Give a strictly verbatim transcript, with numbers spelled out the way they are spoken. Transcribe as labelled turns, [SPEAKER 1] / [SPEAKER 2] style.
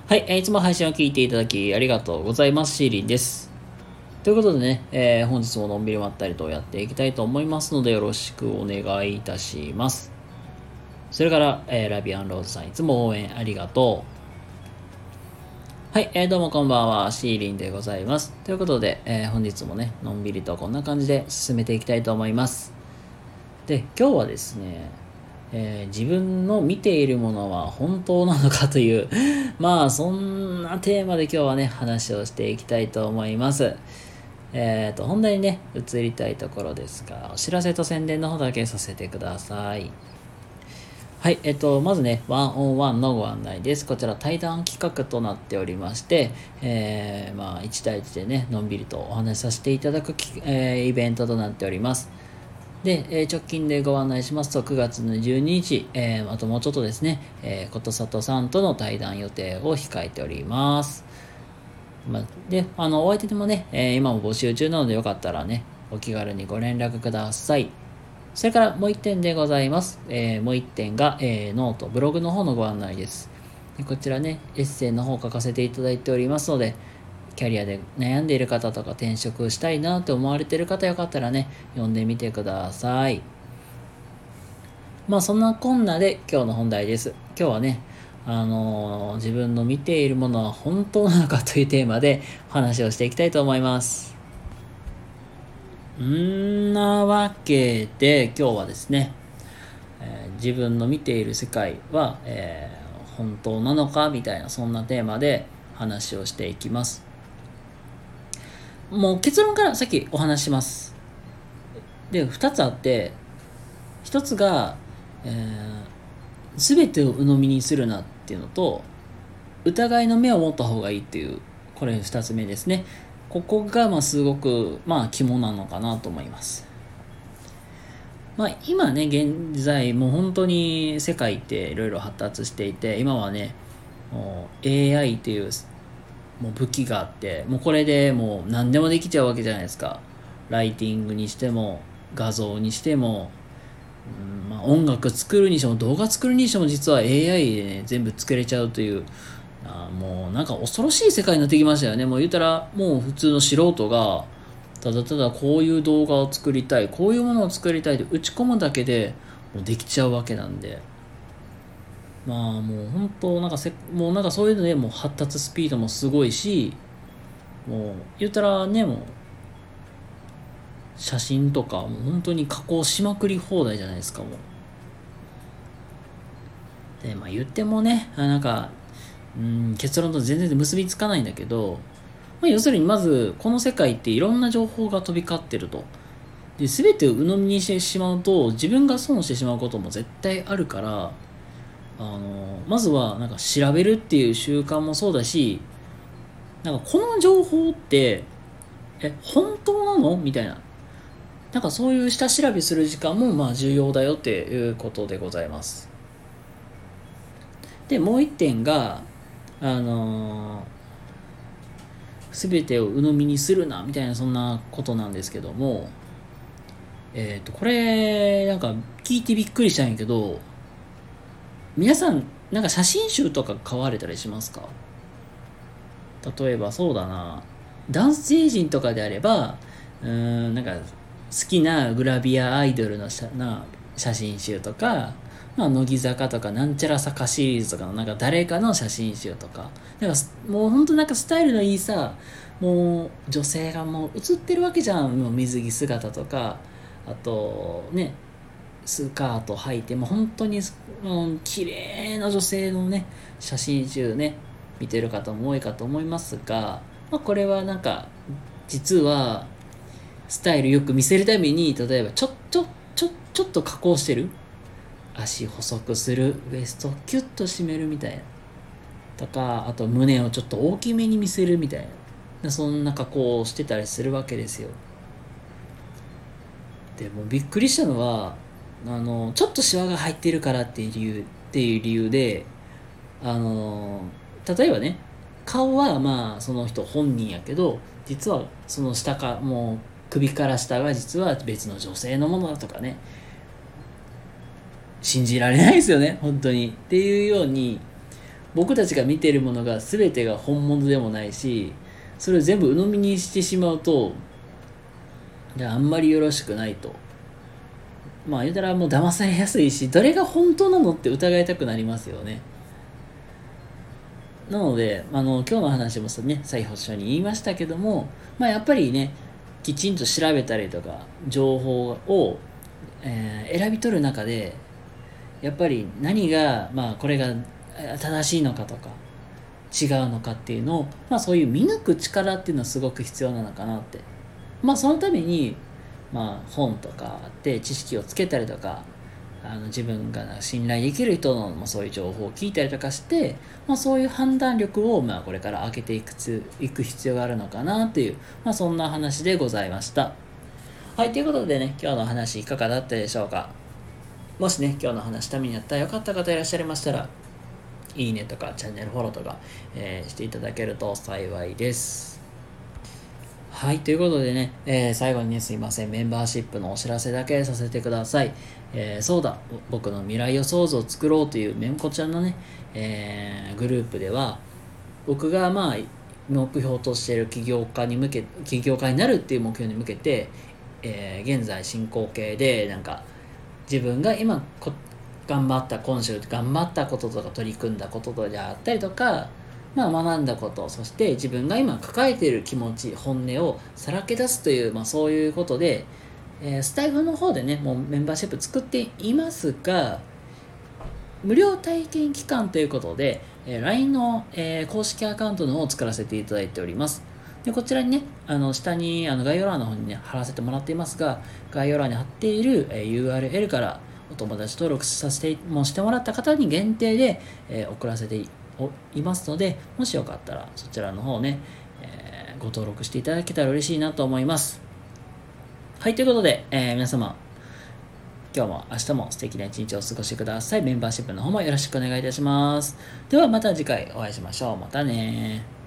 [SPEAKER 1] はい、えーいつも配信を聞いていただきありがとうございます。シーリンです。ということでね、えー本日ものんびりまったりとやっていきたいと思いますのでよろしくお願いいたします。それから、えーラビアンローズさんいつも応援ありがとう。はい、えーどうもこんばんは、シーリンでございます。ということで、えー本日もね、のんびりとこんな感じで進めていきたいと思います。で、今日はですね、えー自分の見ているものは本当なのかというまあそんなテーマで今日はね話をしていきたいと思います。えーと本題にね移りたいところですが、お知らせと宣伝の方だけさせてください。はい、えっと、まずね、ワンオンワンのご案内です。こちら対談企画となっておりまして、えー、まあ、いち対いちでね、のんびりとお話しさせていただくき、えーイベントとなっております。で、えー直近でご案内しますとくがつのじゅうににち、えーあともうちょっとですね、えーことさとさんとの対談予定を控えております。まあ、で、あの、お相手もね、えー今も募集中なのでよかったらね、お気軽にご連絡ください。それからもう一点でございます。えーもう一点が、えーノート、ブログの方のご案内です。でこちらね、エッセイの方書かせていただいておりますので、キャリアで悩んでいる方とか転職したいなって思われている方よかったらね、読んでみてください。まあそんなこんなで今日の本題です。今日はね、あのー自分の見ているものは本当なのかというテーマでお話をしていきたいと思います。んなわけで今日はですね、えー自分の見ている世界は、えー本当なのかみたいなそんなテーマで話をしていきます。もう結論からさっきお話しします。で、ふたつあって、ひとつが、えー、全てを鵜呑みにするなっていうのと、疑いの目を持った方がいいっていう、これふたつめですね。ここがまあすごくまあ肝なのかなと思います。まあ今ね現在もう本当に世界っていろいろ発達していて、今はねもう エーアイ っていうもう武器があって、もうこれでもう何でもできちゃうわけじゃないですか。ライティングにしても画像にしても、うんまあ、音楽作るにしても動画作るにしても実は エーアイ で、ね、全部作れちゃうという、あもうなんか恐ろしい世界になってきましたよね。もう言ったらもう普通の素人がただただこういう動画を作りたい、こういうものを作りたいと打ち込むだけでもうできちゃうわけなんで、まあもう本当なんかせもうなんかそういうのでもう発達スピードもすごいし、もう言ったらねもう写真とかもう本当に加工しまくり放題じゃないですか。もうでまあ言ってもねなんかうん結論と全然結びつかないんだけど、まあ、要するにまずこの世界っていろんな情報が飛び交ってると。で全てを鵜呑みにしてしまうと自分が損してしまうことも絶対あるから、あのまずはなんか調べるっていう習慣もそうだし、なんかこの情報ってえ本当なのみたいな、なんかそういう下調べする時間もまあ重要だよっていうことでございます。でもう一点があのー、全てを鵜呑みにするなみたいなそんなことなんですけども、えっ、ー、とこれなんか聞いてびっくりしたんやけど、皆さんなんか写真集とか買われたりしますか？例えばそうだな、男性陣とかであればうーんなんか好きなグラビアアイドルの写な写真集とか、まあ、乃木坂とかなんちゃら坂シリーズとかのなんか誰かの写真集とか、なんかもうほんとなんかスタイルのいいさ、もう女性がもう写ってるわけじゃん。もう水着姿とか、あとねスカート履いてもう本当に、うん、綺麗な女性のね写真集ね見てる方も多いかと思いますが、まあ、これはなんか実はスタイルよく見せるために例えばちょちょちょちょっと加工してる、足細くする、ウエストをキュッと締めるみたいなとか、あと胸をちょっと大きめに見せるみたいな、そんな加工をしてたりするわけですよ。でもびっくりしたのは、あのちょっとシワが入ってるからっていう理由っていう理由で、あの例えばね顔はまあその人本人やけど実はその下かもう首から下が実は別の女性のものだとかね、信じられないですよね本当にっていうように、 僕たちが見ているものが全てが本物でもないし、それを全部鵜呑みにしてしまうとあんまりよろしくないと。まあ言うたらもう騙されやすいし、どれが本当なのって疑いたくなりますよね。なので、あの今日の話もね、最初に言いましたけども、まあやっぱりね、きちんと調べたりとか情報を、えー、選び取る中で、やっぱり何が、まあこれが正しいのかとか違うのかっていうのを、まあそういう見抜く力っていうのはすごく必要なのかなって。まあそのために、まあ本とかで知識をつけたりとか、あの自分が信頼できる人の、まあ、そういう情報を聞いたりとかして、まあ、そういう判断力を、まあ、これから上げていくついく必要があるのかなっていう、まあ、そんな話でございました。はい、ということでね、今日の話いかがだったでしょうか。もしね、今日の話ためになったらよかった方いらっしゃいましたら、いいねとかチャンネルフォローとか、えー、していただけると幸いです。はい、ということでね、えー、最後にね、すいません、メンバーシップのお知らせだけさせてください。えー、そうだ、僕の未来予想図を作ろうというメンコちゃんのね、えー、グループでは、僕がまあ、目標としている起業家に向け、起業家になるっていう目標に向けて、えー、現在進行形で、なんか、自分が今こ、頑張った、今週頑張ったこととか取り組んだこととであったりとか、まあ、学んだこと、そして自分が今抱えている気持ち、本音をさらけ出すという、まあ、そういうことで、えー、スタイフの方でね、もうメンバーシップ作っていますが、無料体験期間ということで、えー、ライン の、えー、公式アカウントの方を作らせていただいております。でこちらにね、あの下にあの概要欄の方にね、貼らせてもらっていますが、概要欄に貼っている、えー、ユーアールエル からお友達登録させてもしてもらった方に限定で、えー、送らせていますので、もしよかったらそちらの方ね、えー、ご登録していただけたら嬉しいなと思います。はい、ということで、えー、皆様今日も明日も素敵な一日をお過ごしください。メンバーシップの方もよろしくお願いいたします。ではまた次回お会いしましょう。またね。